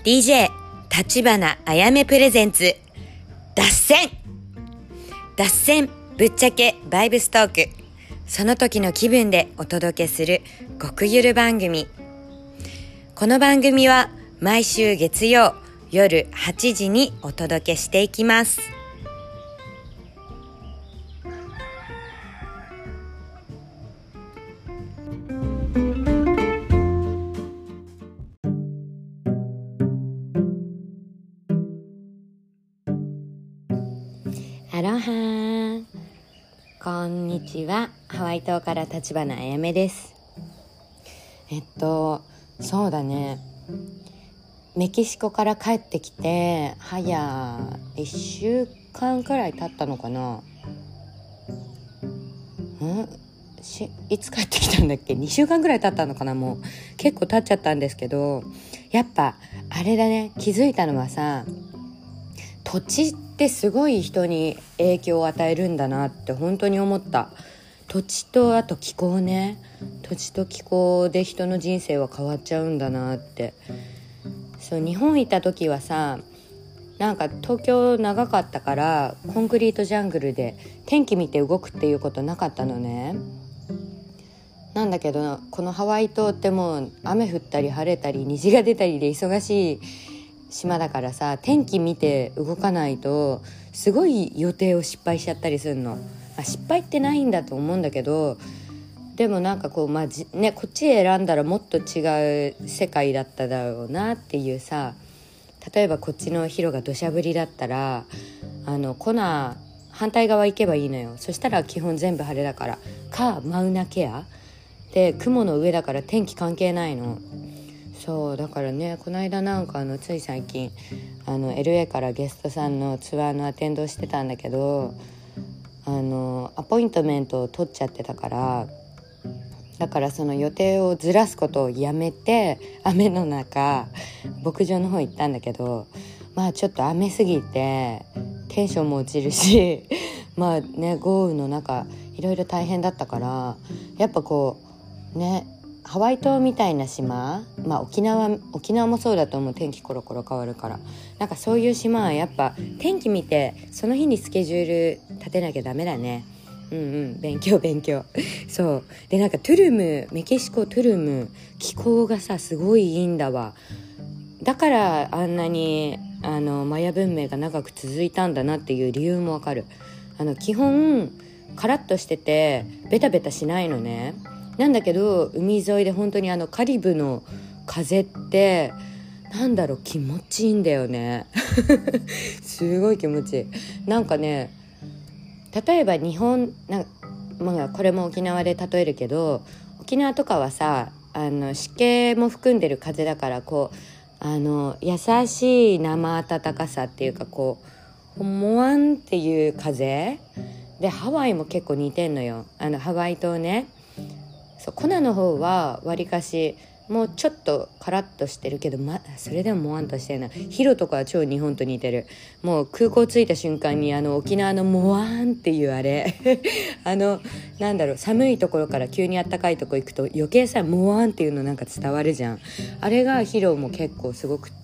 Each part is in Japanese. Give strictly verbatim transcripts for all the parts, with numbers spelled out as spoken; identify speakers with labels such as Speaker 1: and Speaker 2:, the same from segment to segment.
Speaker 1: ディージェー 立花あやめプレゼンツ脱線脱線ぶっちゃけバイブストーク、その時の気分でお届けする極ゆる番組。この番組は毎週月曜夜はちじにお届けしていきます。アロハー、こんにちは。ハワイ島から立花あやめです。えっとそうだねメキシコから帰ってきて早いっしゅうかんくらい経ったのかな。んしいつ帰ってきたんだっけ。にしゅうかんくらい経ったのかな。もう結構経っちゃったんですけど、やっぱあれだね、気づいたのはさ、土地ってすごい人に影響を与えるんだなって本当に思った。土地とあと気候ね。土地と気候で人の人生は変わっちゃうんだなって。そう、日本行った時はさ、なんか東京長かったからコンクリートジャングルで天気見て動くっていうことなかったのね。なんだけどこのハワイ島ってもう雨降ったり晴れたり虹が出たりで忙しい島だからさ、天気見て動かないとすごい予定を失敗しちゃったりするの。まあ、失敗ってないんだと思うんだけど、でもなんかこう、まあじね、こっち選んだらもっと違う世界だっただろうなっていうさ。例えばこっちの広が土砂降りだったらあのコナ反対側行けばいいのよ。そしたら基本全部晴れだからかマウナケアで雲の上だから天気関係ないの。そうだからね、この間なんかあのつい最近あの エルエー からゲストさんのツアーのアテンドをしてたんだけど、あのアポイントメントを取っちゃってたから、だからその予定をずらすことをやめて雨の中牧場の方行ったんだけど、まあちょっと雨すぎてテンションも落ちるしまあね豪雨の中いろいろ大変だったから、やっぱこうねハワイ島みたいな島、まあ沖縄沖縄もそうだと思う。天気コロコロ変わるから、なんかそういう島はやっぱ天気見てその日にスケジュール立てなきゃダメだね。うんうん勉強勉強そうで、なんかトゥルムメキシコトゥルム気候がさすごいいいんだわ。だからあんなにあのマヤ文明が長く続いたんだなっていう理由もわかる。あの基本カラッとしててベタベタしないのね。なんだけど海沿いで本当にあのカリブの風ってなんだろう気持ちいいんだよねすごい気持ちいい。なんかね、例えば日本な、まあ、これも沖縄で例えるけど、沖縄とかはさあの湿気も含んでる風だからこうあの優しい生暖かさっていうかこうモワンっていう風で、ハワイも結構似てんのよ。あのハワイ島ね、そうコナの方はわりかしもうちょっとカラッとしてるけど、ま、それでもモワンとしてるな。ヒロとかは超日本と似てる。もう空港着いた瞬間にあの沖縄のモワンっていうあれあのなんだろう、寒いところから急に暖かいとこ行くと余計さモワンっていうのなんか伝わるじゃん。あれがヒロも結構すごくって、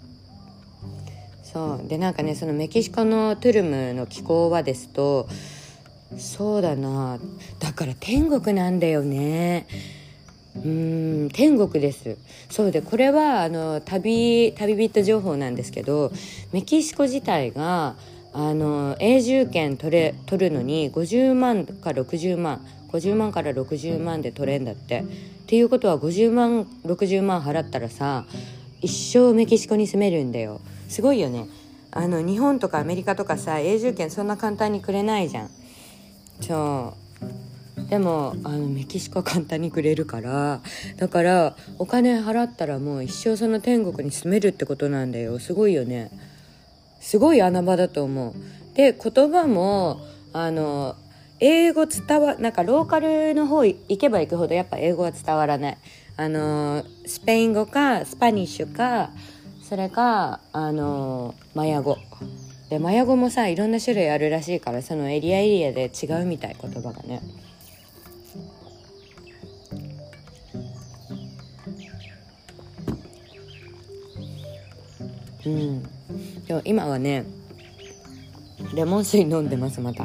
Speaker 1: そうでなんかね、そのメキシコのトゥルムの気候はですと、そうだな、だから天国なんだよね。うーん天国です。そうでこれはあの旅旅人情報なんですけど、メキシコ自体があの永住権取れ取るのにごじゅうまんかろくじゅうまんごじゅうまんからろくじゅうまんで取れんだって。っていうことはごじゅうまんろくじゅうまん払ったらさ一生メキシコに住めるんだよ。すごいよね。あの日本とかアメリカとかさ永住権そんな簡単にくれないじゃん。そうでもあのメキシコは簡単にくれるから、だからお金払ったらもう一生その天国に住めるってことなんだよ。すごいよね。すごい穴場だと思う。で言葉もあの英語伝わなんかローカルの方行けば行くほどやっぱ英語は伝わらない。あのスペイン語かスパニッシュかそれかあのマヤ語で、マヤ語もさいろんな種類あるらしいから、そのエリアエリアで違うみたい言葉がね。 うん、でも今はねレモン水飲んでますまた、うん、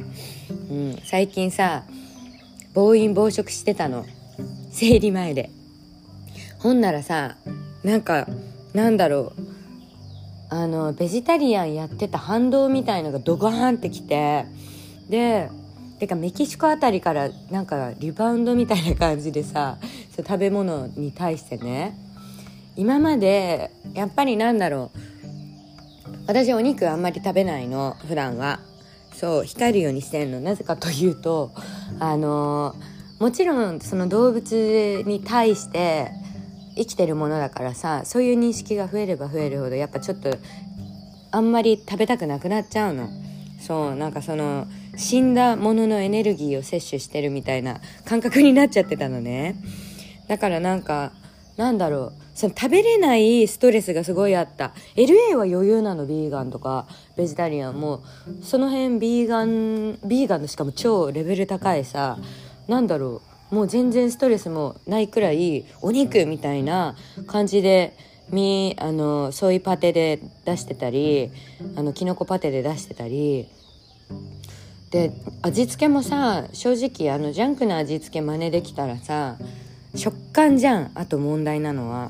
Speaker 1: 最近さ暴飲暴食してたの、生理前で。ほんならさ、なんかなんだろう、あのベジタリアンやってた反動みたいのがドガーンってきて、でてかメキシコあたりからなんかリバウンドみたいな感じでさ、そう食べ物に対してね、今までやっぱりなんだろう、私お肉あんまり食べないの普段は。そう控えるようにしてんの。なぜかというと、あのもちろんその動物に対して生きてるものだからさ、そういう認識が増えれば増えるほどやっぱちょっとあんまり食べたくなくなっちゃうの。そうなんかその死んだもののエネルギーを摂取してるみたいな感覚になっちゃってたのね。だからなんかなんだろう、その食べれないストレスがすごいあった。 エルエー は余裕なの、ビーガンとかベジタリアンもその辺ビーガンビーガンのしかも超レベル高いさ、なんだろう、もう全然ストレスもないくらいお肉みたいな感じでみあのソイパテで出してたり、あのキノコパテで出してたりで、味付けもさ正直あのジャンクな味付け真似できたらさ食感じゃん。あと問題なのは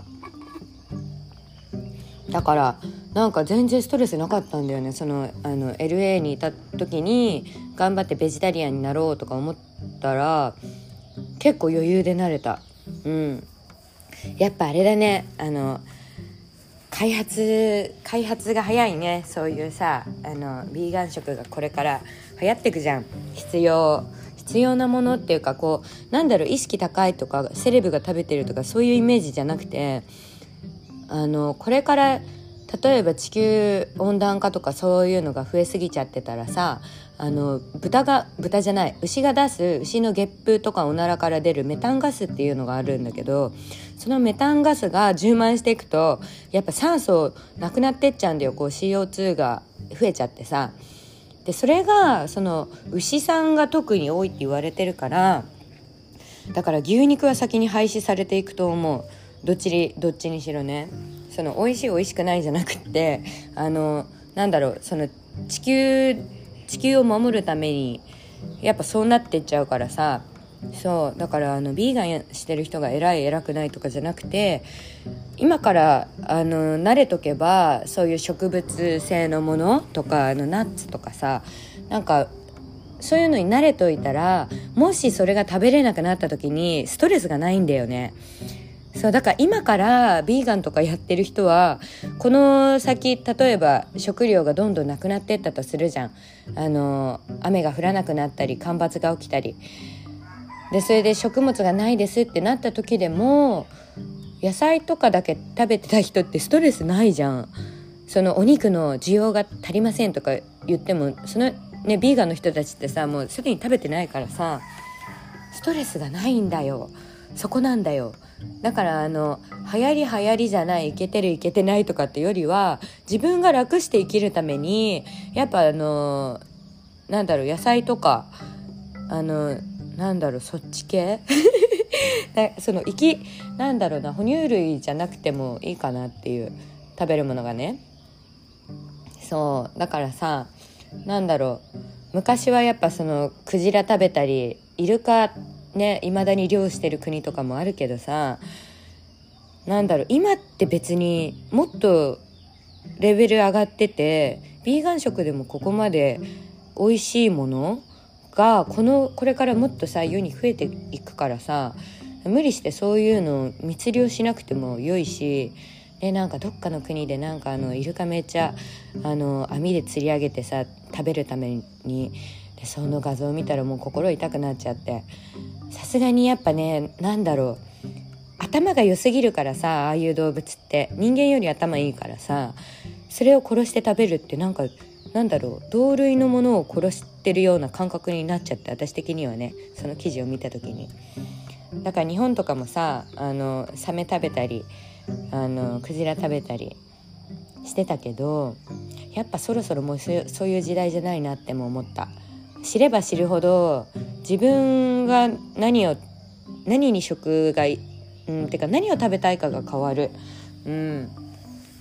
Speaker 1: だからなんか全然ストレスなかったんだよね。そのあの エルエー にいた時に頑張ってベジタリアンになろうとか思ったら結構余裕でなれた。うんやっぱあれだね、あの開発開発が早いね。そういうさあのビーガン食がこれから流行ってくじゃん。必要必要なものっていうか、こうなんだろう、意識高いとかセレブが食べてるとかそういうイメージじゃなくて、あのこれから例えば地球温暖化とかそういうのが増えすぎちゃってたらさ、あの豚が豚じゃない牛が出す牛のゲップとかおならから出るメタンガスっていうのがあるんだけど、そのメタンガスが充満していくとやっぱ酸素なくなってっちゃうんだよ。こう シーオーツー が増えちゃってさ、でそれがその牛さんが特に多いって言われてるから、だから牛肉は先に廃止されていくと思う。どっちにどっちにしろね。その美味しい美味しくないじゃなくって、あのなんだろう、その地球地球を守るためにやっぱそうなってっちゃうからさ。そうだからあのビーガンしてる人が偉い偉くないとかじゃなくて、今からあの慣れとけばそういう植物性のものとかあのナッツとかさ、なんかそういうのに慣れといたら、もしそれが食べれなくなった時にストレスがないんだよね。そうだから今からビーガンとかやってる人はこの先例えば食料がどんどんなくなってったとするじゃん。あの雨が降らなくなったり干ばつが起きたりで、それで食物がないですってなった時でも野菜とかだけ食べてた人ってストレスないじゃん。そのお肉の需要が足りませんとか言っても、そのねビーガンの人たちってさもうすでに食べてないからさストレスがないんだよ。そこなんだよ。だからあの流行り流行りじゃない、イケてるイケてないとかってよりは自分が楽して生きるためにやっぱあのなんだろう、野菜とかあのなんだろうそっち系その生きなんだろうな、哺乳類じゃなくてもいいかなっていう、食べるものがね。そうだからさ、なんだろう、昔はやっぱそのクジラ食べたりイルカね未だに漁してる国とかもあるけどさ、なんだろう、今って別にもっとレベル上がってて、ビーガン食でもここまで美味しいものがこのこれからもっとさ世に増えていくからさ、無理してそういうのを密漁しなくても良いし、でなんかどっかの国でなんかあのイルカめっちゃあの網で釣り上げてさ食べるために、でその画像を見たらもう心痛くなっちゃって、さすがにやっぱね、なんだろう、頭が良すぎるからさ、ああいう動物って人間より頭いいからさ、それを殺して食べるってなんかなんだろう、同類のものを殺してるような感覚になっちゃって、私的にはね、その記事を見た時に。だから日本とかもさ、あのサメ食べたりあのクジラ食べたりしてたけど、やっぱそろそろもうそそういう時代じゃないなっても思った。知れば知るほど自分が何を何に食がうんてか何を食べたいかが変わる。うん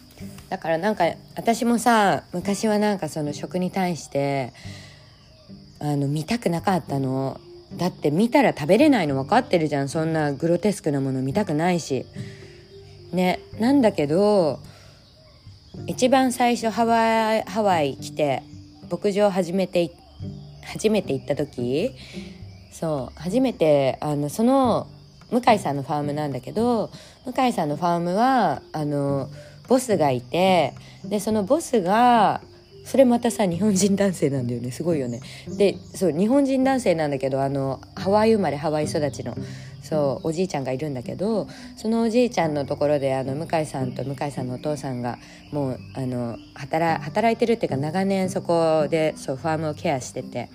Speaker 1: だからなんか私もさ、昔はなんかその食に対してあの見たくなかったの。だって見たら食べれないの分かってるじゃん。そんなグロテスクなもの見たくないしね。なんだけど一番最初ハワイハワイ来て牧場初めて初めて行った時、そう初めてあのその向井さんのファームなんだけど、向井さんのファームはあのボスがいて、でそのボスがそれまたさ日本人男性なんだよね。すごいよね。でそう日本人男性なんだけど、あのハワイ生まれハワイ育ちのそうおじいちゃんがいるんだけど、そのおじいちゃんのところであの向井さんと向井さんのお父さんがもうあの 働, 働いてるっていうか、長年そこでそうファームをケアしてて、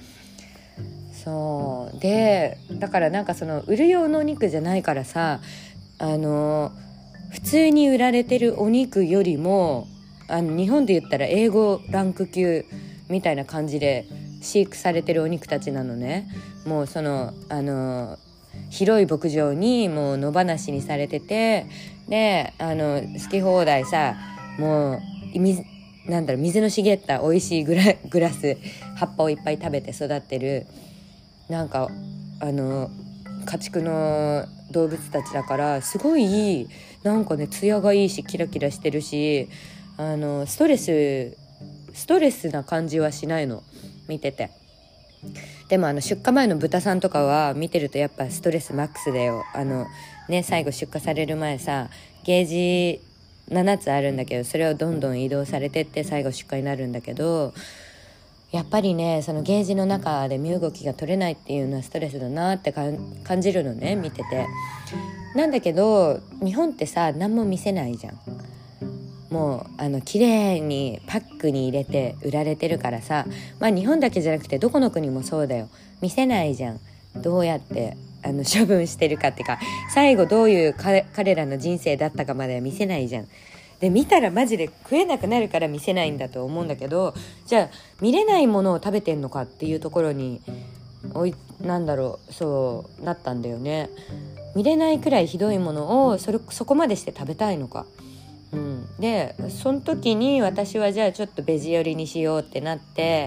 Speaker 1: そうでだからなんかその売る用のお肉じゃないからさ、あの普通に売られてるお肉よりもあの日本で言ったら英語ランク級みたいな感じで飼育されてるお肉たちなのね。もうそのあの広い牧場にもう野放しにされてて、であの好き放題さ、もう水なんだろう水の茂った美味しいグラ、グラス葉っぱをいっぱい食べて育ってるなんかあの家畜の動物たちだから、すごいなんかね艶がいいしキラキラしてるし、あのストレスストレスな感じはしないの見てて。でもあの出荷前の豚さんとかは見てるとやっぱストレスマックスだよ。あのね最後出荷される前さゲージななつあるんだけど、それをどんどん移動されてって最後出荷になるんだけど、やっぱりねそのゲージの中で身動きが取れないっていうのはストレスだなってかん感じるのね見てて。なんだけど日本ってさ何も見せないじゃん。もうあの綺麗にパックに入れて売られてるからさ、まあ日本だけじゃなくてどこの国もそうだよ。見せないじゃん。どうやってあの処分してるかってか、最後どういう彼彼らの人生だったかまでは見せないじゃん。で見たらマジで食えなくなるから見せないんだと思うんだけど、じゃあ見れないものを食べてんのかっていうところにおいなんだろうそうなったんだよね。見れないくらいひどいものをそれそこまでして食べたいのか。うん、でその時に私はじゃあちょっとベジ寄りにしようってなって、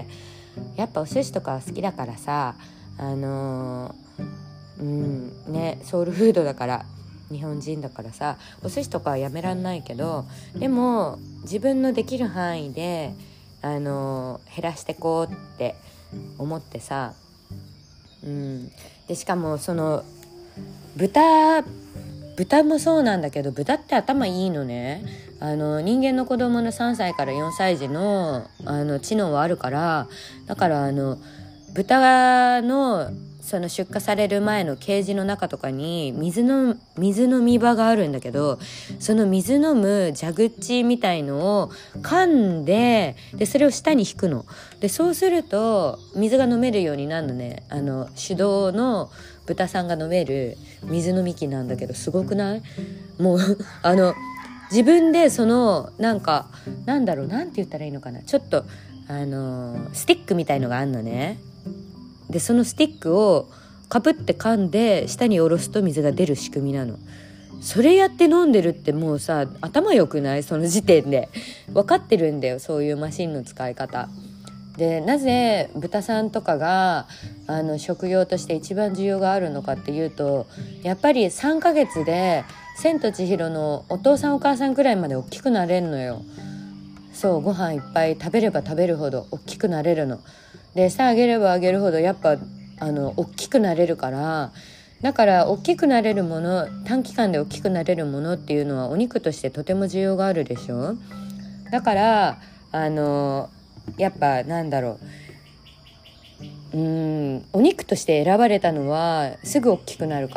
Speaker 1: やっぱお寿司とかは好きだからさ、あのー、うんねソウルフードだから日本人だからさお寿司とかはやめらんないけど、でも自分のできる範囲で、あのー、減らしてこうって思ってさ、うん、でしかもその豚豚もそうなんだけど、豚って頭いいのね。あの人間の子供のさんさいからよんさい児の、あの知能はあるから、だからあの豚のその出荷される前のケージの中とかに水の水飲み場があるんだけど、その水飲む蛇口みたいのを噛んで、でそれを下に引くので、そうすると水が飲めるようになるのね。あの手動の豚さんが飲める水飲み器なんだけど、すごくない？もうあの自分でそのなんかなんだろうなんて言ったらいいのかな、ちょっとあのスティックみたいのがあんのね。でそのスティックをカプって噛んで下に下ろすと水が出る仕組みなの。それやって飲んでるってもうさ頭良くない？その時点で分かってるんだよ、そういうマシンの使い方で。なぜ豚さんとかがあの食用として一番需要があるのかっていうと、やっぱりさんかげつで千と千尋のお父さんお母さんくらいまで大きくなれるのよ。そうご飯いっぱい食べれば食べるほど大きくなれるので、餌あげればあげるほどやっぱあの大きくなれるから、だから大きくなれるもの、短期間で大きくなれるものっていうのはお肉としてとても需要があるでしょ。だからあのやっぱなんだろう、うーんお肉として選ばれたのはすぐ大きくなるから。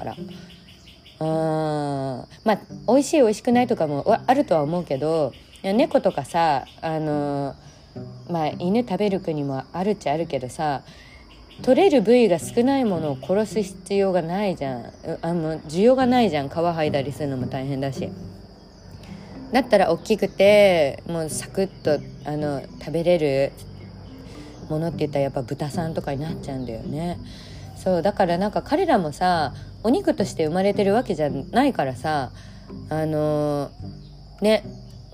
Speaker 1: あまあ美味しい美味しくないとかもあるとは思うけど、猫とかさあのまあ犬食べる国もあるっちゃあるけどさ、取れる部位が少ないものを殺す必要がないじゃん。あの需要がないじゃん。皮剥いだりするのも大変だし。だったら大きくてもうサクッとあの食べれるものって言ったらやっぱ豚さんとかになっちゃうんだよね。そうだからなんか彼らもさお肉として生まれてるわけじゃないからさ、あのー、ね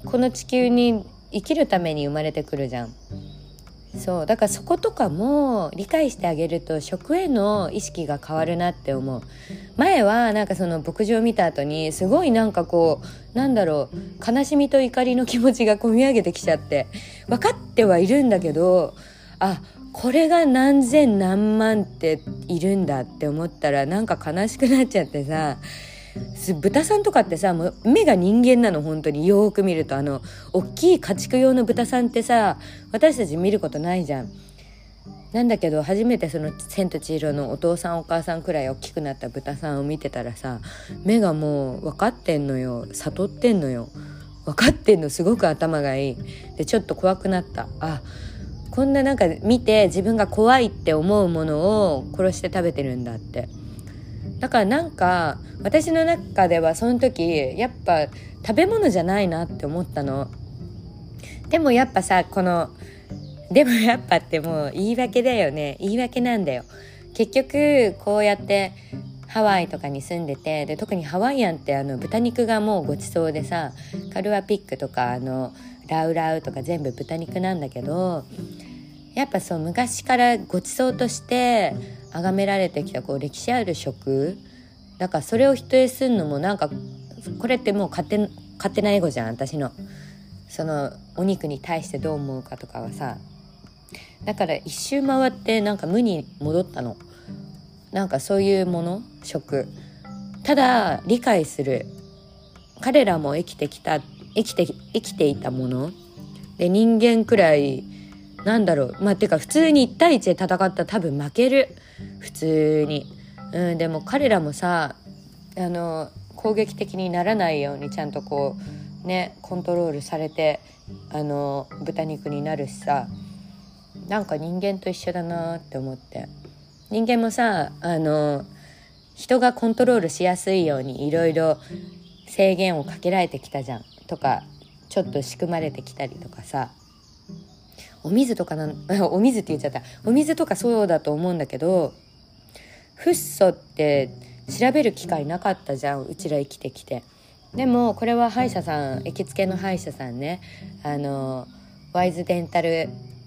Speaker 1: この地球に生きるために生まれてくるじゃん。そうだからそことかも理解してあげると食への意識が変わるなって思う。前はなんかその牧場を見た後にすごいなんかこうなんだろう悲しみと怒りの気持ちがこみ上げてきちゃって、分かってはいるんだけど、あこれが何千何万っているんだって思ったらなんか悲しくなっちゃってさ、豚さんとかってさもう目が人間なの。本当によく見るとあの大きい家畜用の豚さんってさ私たち見ることないじゃん。なんだけど初めてその千と千尋のお父さんお母さんくらい大きくなった豚さんを見てたらさ、目がもう分かってんのよ、悟ってんのよ、分かってんの、すごく頭がいい。でちょっと怖くなった。あこんななんか見て自分が怖いって思うものを殺して食べてるんだって。だからなんか私の中ではその時やっぱ食べ物じゃないなって思ったの。でもやっぱさこのでもやっぱってもう言い訳だよね。言い訳なんだよ。結局こうやってハワイとかに住んでて、で特にハワイアンってあの豚肉がもうごちそうでさ、カルアピックとかあのラウラウとか全部豚肉なんだけど、やっぱそう昔からごちそうとして崇められてきたこう歴史ある食だから、それを否定するのもなんかこれってもう勝手、勝手なエゴじゃん。私のそのお肉に対してどう思うかとかはさ、だから一周回ってなんか無に戻ったの。なんかそういうもの食ただ理解する、彼らも生きてきた生きて生きていたもので、人間くらいなんだろう、まあてか普通にいち対いちで戦ったら多分負ける、普通に、うん、でも彼らもさあの攻撃的にならないようにちゃんとこうねコントロールされてあの豚肉になるしさ、なんか人間と一緒だなって思って。人間もさあの人がコントロールしやすいようにいろいろ制限をかけられてきたじゃんとか、ちょっと仕組まれてきたりとかさ、お水とかなんお水って言っちゃった。お水とかそうだと思うんだけど、フッ素って調べる機会なかったじゃん、うちら生きてきて。でもこれは歯医者さん、行きつけの歯医者さんね、あのワイズデンタル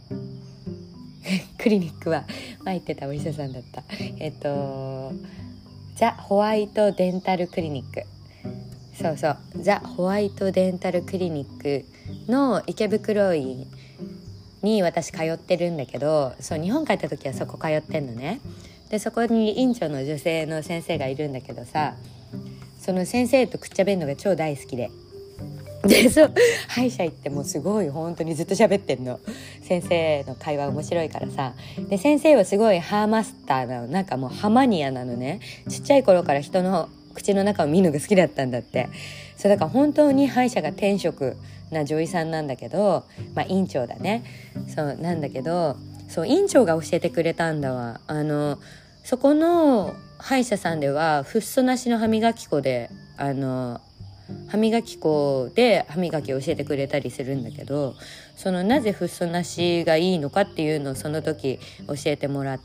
Speaker 1: クリニックは前言ってたお医者さんだった。えっとザ・ホワイトデンタルクリニック、そうそうザ・ホワイトデンタルクリニックの池袋院に私通ってるんだけど、そう日本帰った時はそこ通ってんのね。でそこに院長の女性の先生がいるんだけどさ、その先生とくっちゃべんのが超大好きで、でそう歯医者行ってもすごい本当にずっと喋ってんの。先生の会話面白いからさ。で先生はすごい歯マスターなの、なんかもう歯マニアなのね。ちっちゃい頃から人の口の中を見るのが好きだったんだって。そうだから本当に歯医者が天職な女医さんなんだけど、まあ院長だね。そうなんだけど、そう院長が教えてくれたんだわ。あのそこの歯医者さんではフッ素なしの歯磨き粉であの歯磨き粉で歯磨きを教えてくれたりするんだけど、そのなぜフッ素なしがいいのかっていうのをその時教えてもらって、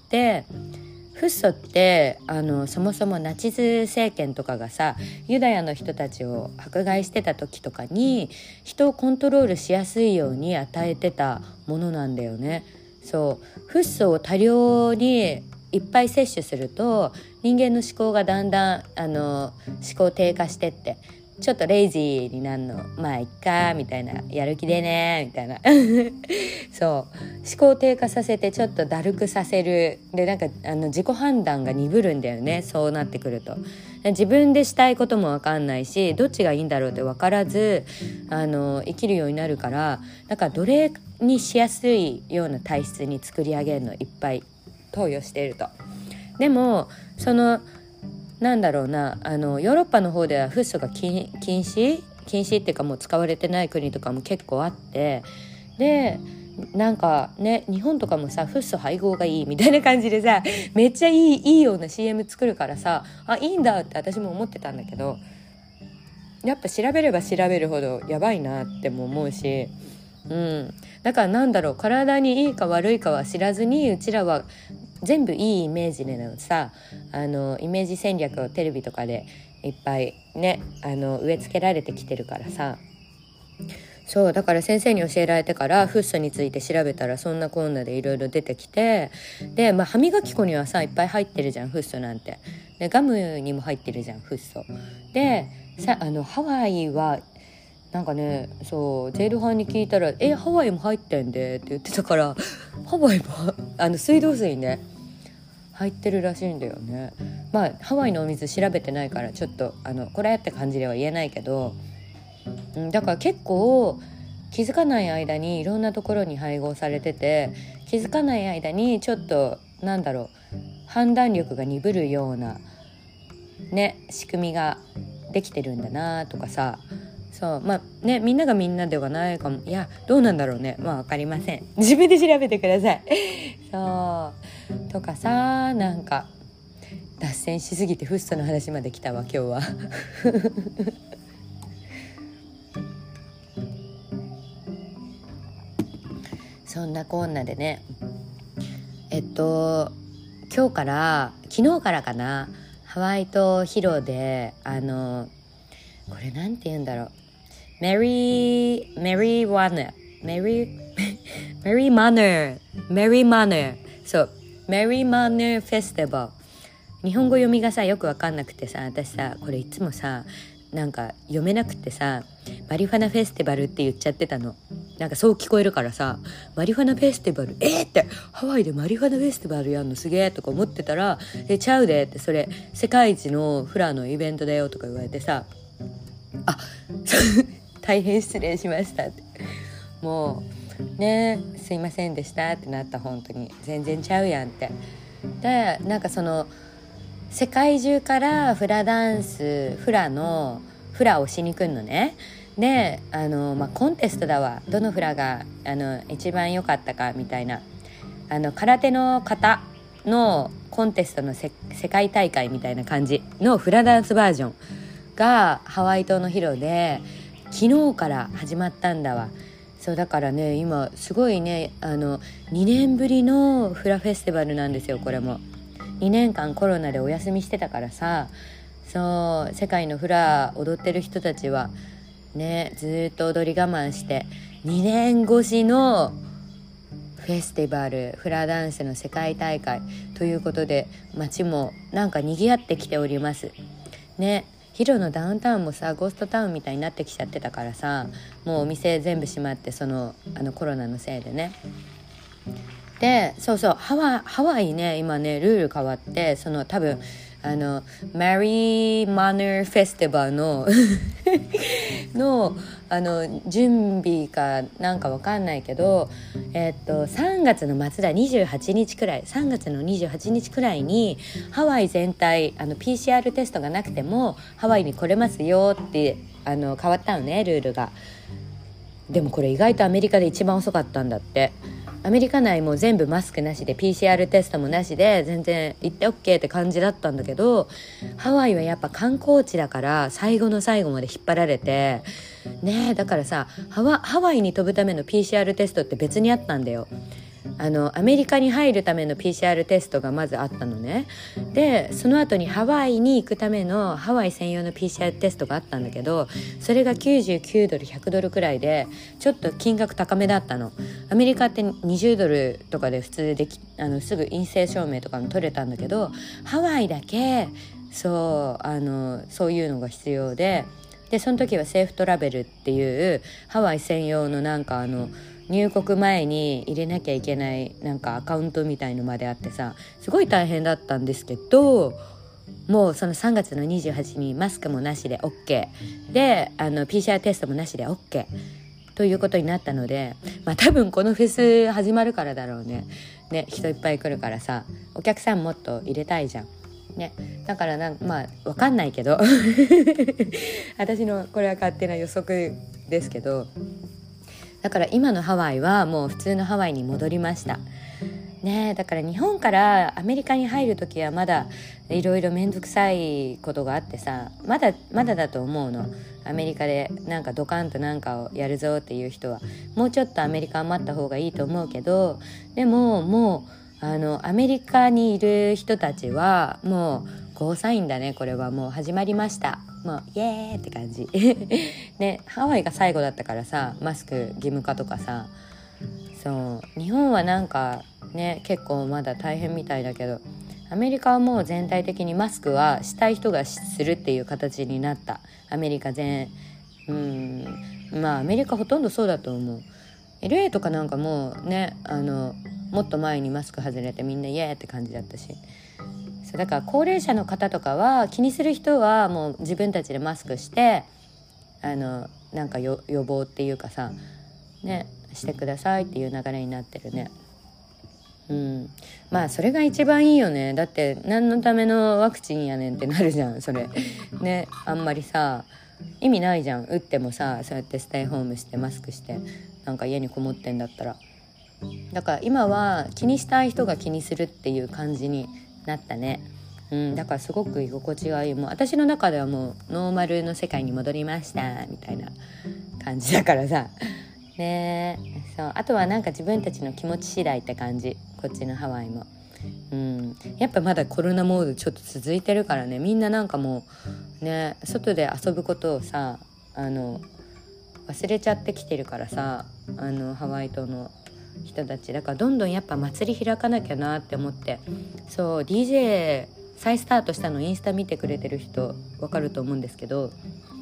Speaker 1: フッ素ってあのそもそもナチズ政権とかがさユダヤの人たちを迫害してた時とかに人をコントロールしやすいように与えてたものなんだよね。そうフッ素を多量にいっぱい摂取すると人間の思考がだんだんあの思考低下してってちょっとレイジーになるの。まあいっかみたいな、やる気でねみたいなそう思考低下させてちょっとだるくさせる。でなんかあの自己判断が鈍るんだよね、そうなってくると。自分でしたいことも分かんないしどっちがいいんだろうって分からずあの生きるようになるから、だから奴隷にしやすいような体質に作り上げるの、いっぱい投与していると。でもそのなんだろうなあのヨーロッパの方ではフッ素が禁止禁止っていうかもう使われてない国とかも結構あって、でなんかね日本とかもさフッ素配合がいいみたいな感じでさめっちゃいいいいような シーエム 作るからさ、あいいんだって私も思ってたんだけど、やっぱ調べれば調べるほどやばいなっても思うし、うん、だからなんだろう体にいいか悪いかは知らずにうちらは全部いいイメージでのさあのイメージ戦略をテレビとかでいっぱいねあの植え付けられてきてるからさ、 そうだから先生に教えられてからフッ素について調べたらそんなこんなでいろいろ出てきて、で、まあ、歯磨き粉にはさいっぱい入ってるじゃんフッ素なんて。でガムにも入ってるじゃんフッ素でさ。あのハワイはなんかね、そうジェイルハンに聞いたら「えハワイも入ってんで」って言ってたから、ハワイもあの水道水ね入ってるらしいんだよね。まあハワイのお水調べてないからちょっとあのこれって感じでは言えないけど、だから結構気づかない間にいろんなところに配合されてて、気づかない間にちょっとなんだろう判断力が鈍るようなね仕組みができてるんだなとかさ。そうまあねみんながみんなではないかも。いやどうなんだろうね。まあ分かりません。自分で調べてください。そうとかさ、なんか脱線しすぎてフッ素の話まで来たわ今日は。そんなこんなでね、えっと今日から昨日からかな、ハワイ島広であのこれなんて言うんだろう、メリーメリーワナーメリーメリーマナーメリーマナーそうメリーマナーフェスティバル。日本語読みがさよく分かんなくてさ、私さこれいつもさなんか読めなくてさマリファナフェスティバルって言っちゃってたの。なんかそう聞こえるからさ、マリファナフェスティバルえー、ってハワイでマリファナフェスティバルやんのすげーとか思ってたら、えちゃうでって、それ世界一のフラのイベントだよとか言われてさ、あ大変失礼しましたって、もうねすいませんでしたってなった。本当に全然ちゃうやんって。でなんかその世界中からフラダンスフラのフラをしに来るのね。であの、まあ、コンテストだわ、どのフラがあの一番良かったかみたいな、あの空手の方のコンテストのせ世界大会みたいな感じのフラダンスバージョンがハワイ島の広で昨日から始まったんだわ。そうだからね今すごいねあのにねんぶりのフラフェスティバルなんですよ。これもにねんかんコロナでお休みしてたからさ、そう世界のフラ踊ってる人たちはねずっと踊り我慢してにねん越しのフェスティバルフラダンスの世界大会ということで、街もなんか賑わってきておりますね。ヒロのダウンタウンもさゴーストタウンみたいになってきちゃってたからさ、もうお店全部閉まって、そのあのコロナのせいでね。でそうそうハワ、ハワイね今ねルール変わって、その多分あのマリーマナーフェスティバルののあの準備かなんかわかんないけど、えっとさんがつの末だにじゅうはちにちくらいさんがつのにじゅうはちにちくらいにハワイ全体あの ピーシーアール テストがなくてもハワイに来れますよってあの変わったのねルールが。でもこれ意外とアメリカで一番遅かったんだって。アメリカ内も全部マスクなしで ピーシーアール テストもなしで全然行って OK って感じだったんだけど、ハワイはやっぱ観光地だから最後の最後まで引っ張られてね。だからさハワ、ハワイに飛ぶための ピーシーアール テストって別にあったんだよ。あのアメリカに入るための ピーシーアール テストがまずあったのね。でその後にハワイに行くためのハワイ専用の ピーシーアール テストがあったんだけど、それがきゅうじゅうきゅうドルひゃくドルくらいでちょっと金額高めだったの。アメリカってにじゅうドルとかで普通できあのすぐ陰性証明とかも取れたんだけど、ハワイだけそうあのそういうのが必要で、でその時はセーフトラベルっていうハワイ専用のなんかあの入国前に入れなきゃいけないなんかアカウントみたいのまであってさ、すごい大変だったんですけど、もうそのさんがつのにじゅうはちにちにマスクもなしで OK であの ピーシーアール テストもなしで OK ということになったので、まあ多分このフェス始まるからだろうね。ね人いっぱい来るからさ、お客さんもっと入れたいじゃんね。だからなんまあ分かんないけど私のこれは勝手な予測ですけど、だから今のハワイはもう普通のハワイに戻りましたね。だから日本からアメリカに入るときはまだいろいろめんどくさいことがあってさ、まだまだだと思うの。アメリカでなんかドカンとなんかをやるぞっていう人はもうちょっとアメリカを待った方がいいと思うけど、でももうあのアメリカにいる人たちはもうゴーサインだね。これはもう始まりました。もうイエーイって感じね、ハワイが最後だったからさ、マスク義務化とかさ。そう日本はなんかね結構まだ大変みたいだけど、アメリカはもう全体的にマスクはしたい人がするっていう形になった。アメリカ全うんまあアメリカほとんどそうだと思う。 エルエー とかなんかもうねあのもっと前にマスク外れてみんなイエーって感じだったし、そうだから高齢者の方とかは気にする人はもう自分たちでマスクしてあのなんかよ予防っていうかさねしてくださいっていう流れになってるね。うん、まあそれが一番いいよね。だって何のためのワクチンやねんってなるじゃんそれね。あんまりさ意味ないじゃん。打ってもさそうやってステイホームしてマスクしてなんか家にこもってんだったら。だから今は気にしたい人が気にするっていう感じになったね。うん、だからすごく居心地がいい。もう私の中ではもうノーマルの世界に戻りましたみたいな感じだからさね。そうあとはなんか自分たちの気持ち次第って感じ。こっちのハワイも、うん、やっぱまだコロナモードちょっと続いてるからね。みんななんかもうね外で遊ぶことをさあの忘れちゃってきてるからさ、あのハワイ島の人たちだからどんどんやっぱ祭り開かなきゃなって思って。そう ディージェー 再スタートしたのインスタ見てくれてる人わかると思うんですけど、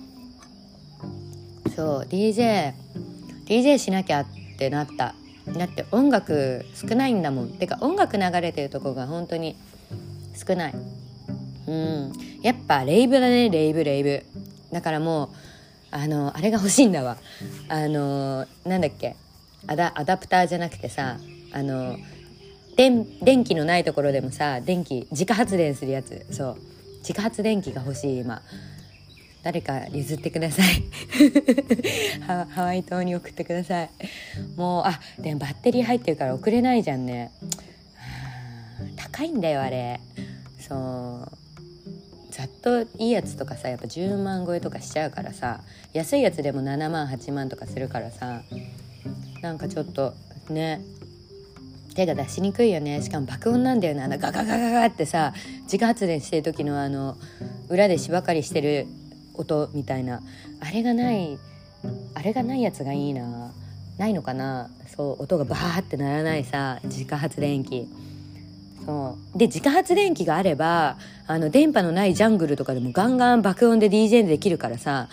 Speaker 1: そう ディージェー ディージェー しなきゃってなった。だって音楽少ないんだもん。てか音楽流れてるとこが本当に少ない。うんやっぱレイブだね。レイブレイブだからもうあのあれが欲しいんだわ。あのなんだっけアダ、アダプターじゃなくてさあの電, 電気のないところでもさ電気自家発電するやつ。そう自家発電機が欲しい今。誰か譲ってくださいハ, ハワイ島に送ってください。もうあでもバッテリー入ってるから送れないじゃんね。高いんだよあれ。そうざっといいやつとかさやっぱじゅうまん超えとかしちゃうからさ、安いやつでもななまんはちまんとかするからさ、なんかちょっとね手が出しにくいよね。しかも爆音なんだよね。あのガガガガガってさ自家発電してる時のあの裏で芝刈りしてる音みたいなあれがないあれがないやつがいいな。ないのかな。そう音がバーってならないさ自家発電機。そうで自家発電機があればあの電波のないジャングルとかでもガンガン爆音で ディージェー できるからさ。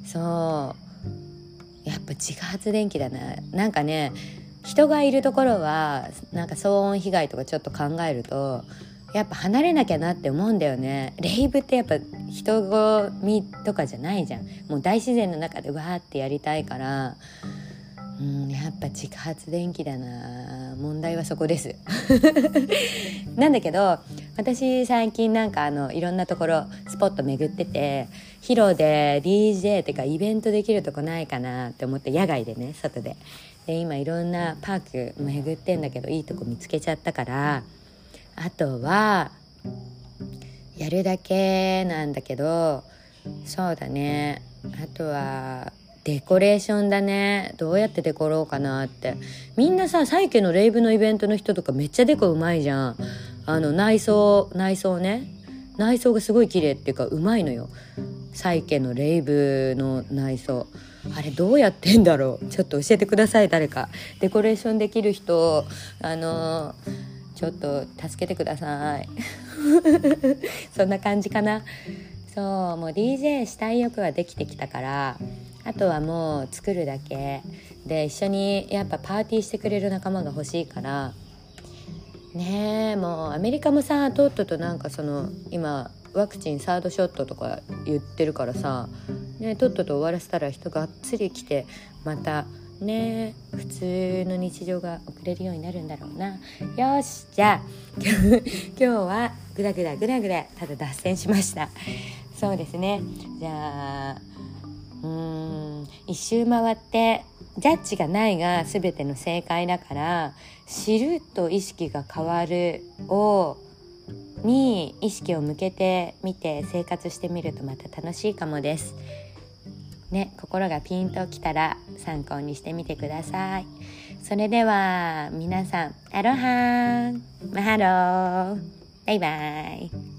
Speaker 1: そうやっぱ自家発電機だな。なんかね人がいるところはなんか騒音被害とかちょっと考えるとやっぱ離れなきゃなって思うんだよね。レイブってやっぱ人混みとかじゃないじゃん。もう大自然の中でわーってやりたいから、うん、やっぱ自家発電機だな。問題はそこですなんだけど私最近なんかあのいろんなところスポット巡ってて、ヒロで ディージェー ってかイベントできるとこないかなって思って野外でね外でで今いろんなパーク巡ってんだけどいいとこ見つけちゃったから、あとはやるだけなんだけど、そうだねあとはデコレーションだね。どうやってデコろうかなって。みんなさサイケのレイブのイベントの人とかめっちゃデコうまいじゃん。あの内装内装ね内装がすごい綺麗っていうかうまいのよ。サイケのレイブの内装あれどうやってんだろう。ちょっと教えてください誰か。デコレーションできる人あのーちょっと助けてくださいそんな感じかな。そうもう ディージェー したい欲はできてきたから、あとはもう作るだけで一緒にやっぱパーティーしてくれる仲間が欲しいからね。えもうアメリカもさとっととなんかその今ワクチンサードショットとか言ってるからさ、ね、とっとと終わらせたら人がっつり来てまたね普通の日常が送れるようになるんだろうな。よしじゃあ今日はグダグダグダグダただ脱線しました。そうですねじゃあうーん一周回ってジャッジがないが全ての正解だから、知ると意識が変わるをに意識を向けてみて生活してみるとまた楽しいかもですね。心がピンときたら参考にしてみてください。それでは皆さんアロハンマハローバイバイ。